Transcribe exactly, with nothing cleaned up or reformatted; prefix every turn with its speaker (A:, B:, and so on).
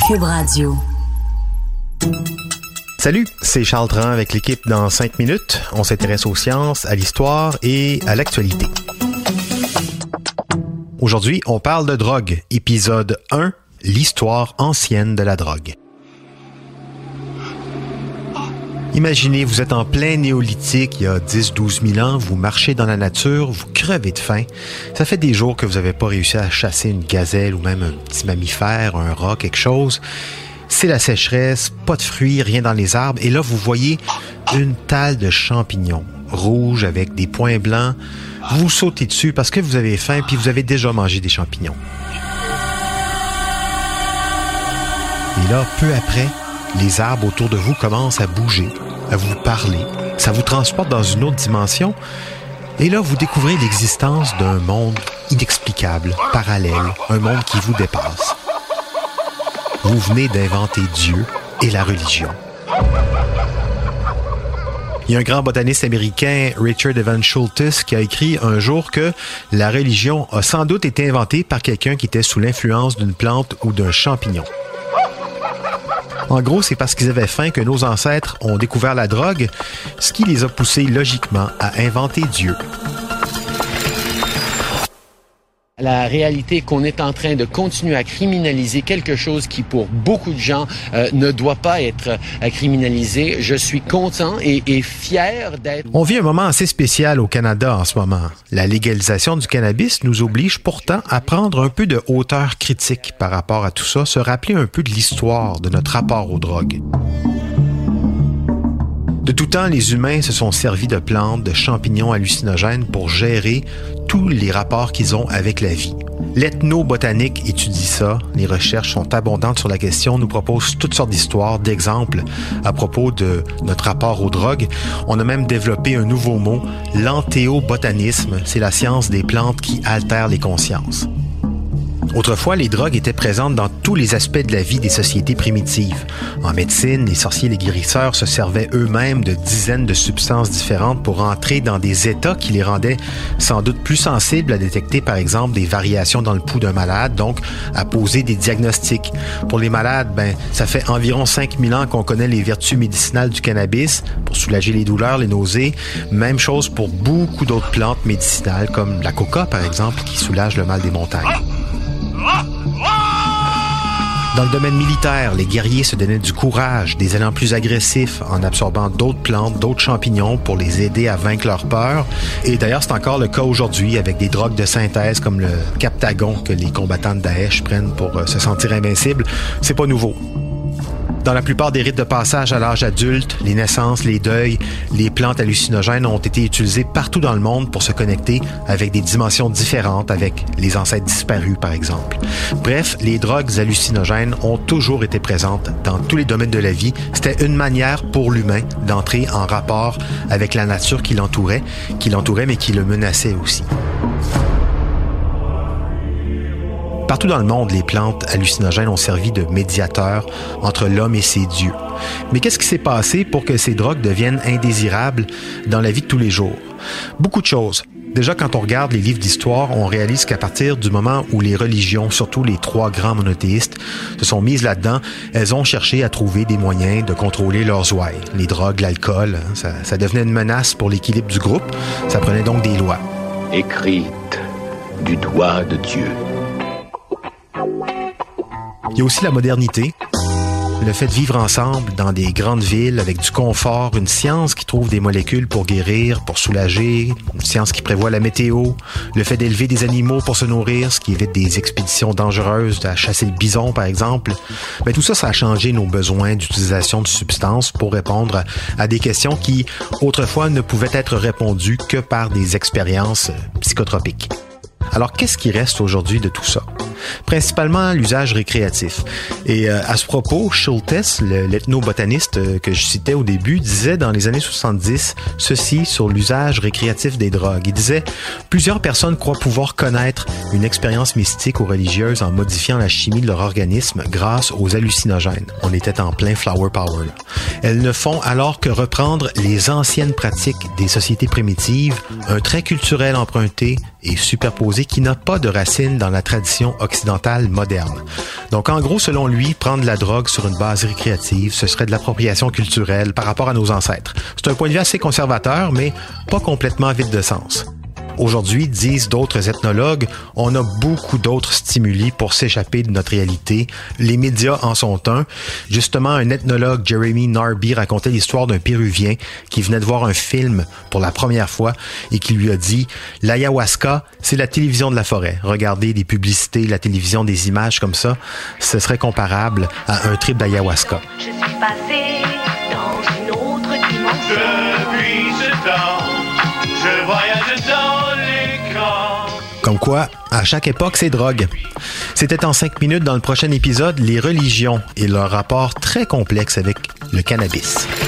A: Cube Radio.
B: Salut, c'est Charles Tran avec l'équipe dans cinq minutes. On s'intéresse aux sciences, à l'histoire et à l'actualité. Aujourd'hui, on parle de drogue. Épisode un, l'histoire ancienne de la drogue. Imaginez, vous êtes en plein néolithique, il y a dix à douze mille ans, vous marchez dans la nature, vous crevez de faim. Ça fait des jours que vous n'avez pas réussi à chasser une gazelle ou même un petit mammifère, un rat, quelque chose. C'est la sécheresse, pas de fruits, rien dans les arbres. Et là, vous voyez une talle de champignons rouges avec des points blancs. Vous sautez dessus parce que vous avez faim puis vous avez déjà mangé des champignons. Et là, peu après, les arbres autour de vous commencent à bouger, à vous parler. Ça vous transporte dans une autre dimension. Et là, vous découvrez l'existence d'un monde inexplicable, parallèle, un monde qui vous dépasse. Vous venez d'inventer Dieu et la religion. Il y a un grand botaniste américain, Richard Evans Schultes, qui a écrit un jour que la religion a sans doute été inventée par quelqu'un qui était sous l'influence d'une plante ou d'un champignon. En gros, c'est parce qu'ils avaient faim que nos ancêtres ont découvert la drogue, ce qui les a poussés logiquement à inventer Dieu.
C: La réalité est qu'on est en train de continuer à criminaliser quelque chose qui, pour beaucoup de gens, euh, ne doit pas être euh, criminalisé. Je suis content et, et fier d'être...
B: On vit un moment assez spécial au Canada en ce moment. La légalisation du cannabis nous oblige pourtant à prendre un peu de hauteur critique par rapport à tout ça, se rappeler un peu de l'histoire de notre rapport aux drogues. De tout temps, les humains se sont servis de plantes, de champignons hallucinogènes pour gérer tous les rapports qu'ils ont avec la vie. L'ethnobotanique étudie ça. Les recherches sont abondantes sur la question, nous propose toutes sortes d'histoires, d'exemples à propos de notre rapport aux drogues. On a même développé un nouveau mot, l'entéobotanisme. C'est la science des plantes qui altère les consciences. Autrefois, les drogues étaient présentes dans tous les aspects de la vie des sociétés primitives. En médecine, les sorciers et les guérisseurs se servaient eux-mêmes de dizaines de substances différentes pour entrer dans des états qui les rendaient sans doute plus sensibles à détecter, par exemple, des variations dans le pouls d'un malade, donc à poser des diagnostics. Pour les malades, ben, ça fait environ cinq mille ans qu'on connaît les vertus médicinales du cannabis pour soulager les douleurs, les nausées. Même chose pour beaucoup d'autres plantes médicinales, comme la coca, par exemple, qui soulage le mal des montagnes. Dans le domaine militaire, les guerriers se donnaient du courage, des élans plus agressifs en absorbant d'autres plantes, d'autres champignons pour les aider à vaincre leur peur. Et d'ailleurs, c'est encore le cas aujourd'hui avec des drogues de synthèse comme le Captagon que les combattants de Daesh prennent pour se sentir invincibles. C'est pas nouveau. Dans la plupart des rites de passage à l'âge adulte, les naissances, les deuils, les plantes hallucinogènes ont été utilisées partout dans le monde pour se connecter avec des dimensions différentes, avec les ancêtres disparus, par exemple. Bref, les drogues hallucinogènes ont toujours été présentes dans tous les domaines de la vie. C'était une manière pour l'humain d'entrer en rapport avec la nature qui l'entourait, qui l'entourait mais qui le menaçait aussi. Partout dans le monde, les plantes hallucinogènes ont servi de médiateurs entre l'homme et ses dieux. Mais qu'est-ce qui s'est passé pour que ces drogues deviennent indésirables dans la vie de tous les jours? Beaucoup de choses. Déjà, quand on regarde les livres d'histoire, on réalise qu'à partir du moment où les religions, surtout les trois grands monothéistes, se sont mises là-dedans, elles ont cherché à trouver des moyens de contrôler leurs ouailles. Les drogues, l'alcool, ça, ça devenait une menace pour l'équilibre du groupe. Ça prenait donc des lois.
D: Écrite du doigt de Dieu.
B: Il y a aussi la modernité, le fait de vivre ensemble dans des grandes villes avec du confort, une science qui trouve des molécules pour guérir, pour soulager, une science qui prévoit la météo, le fait d'élever des animaux pour se nourrir, ce qui évite des expéditions dangereuses, à chasser le bison par exemple. Mais tout ça, ça a changé nos besoins d'utilisation de substances pour répondre à des questions qui, autrefois, ne pouvaient être répondues que par des expériences psychotropiques. Alors, qu'est-ce qui reste aujourd'hui de tout ça? Principalement l'usage récréatif. Et euh, à ce propos, Schultes, le, l'ethnobotaniste euh, que je citais au début, disait dans les années soixante-dix ceci sur l'usage récréatif des drogues. Il disait « Plusieurs personnes croient pouvoir connaître une expérience mystique ou religieuse en modifiant la chimie de leur organisme grâce aux hallucinogènes. » On était en plein flower power. Là. Elles ne font alors que reprendre les anciennes pratiques des sociétés primitives, un trait culturel emprunté et superposé qui n'a pas de racines dans la tradition occidentale occidentale moderne. Donc, en gros, selon lui, prendre la drogue sur une base récréative, ce serait de l'appropriation culturelle par rapport à nos ancêtres. C'est un point de vue assez conservateur, mais pas complètement vide de sens. Aujourd'hui, disent d'autres ethnologues, on a beaucoup d'autres stimuli pour s'échapper de notre réalité. Les médias en sont un. Justement, un ethnologue, Jeremy Narby, racontait l'histoire d'un Péruvien qui venait de voir un film pour la première fois et qui lui a dit « L'ayahuasca, c'est la télévision de la forêt. Regardez des publicités, la télévision, des images comme ça, ce serait comparable à un trip d'ayahuasca. »
A: Je suis passé dans une autre dimension.
E: Depuis ce temps, je voyage dans l'écran.
B: Comme quoi, à chaque époque, c'est drogue. C'était en cinq minutes dans le prochain épisode, les religions et leur rapport très complexe avec le cannabis.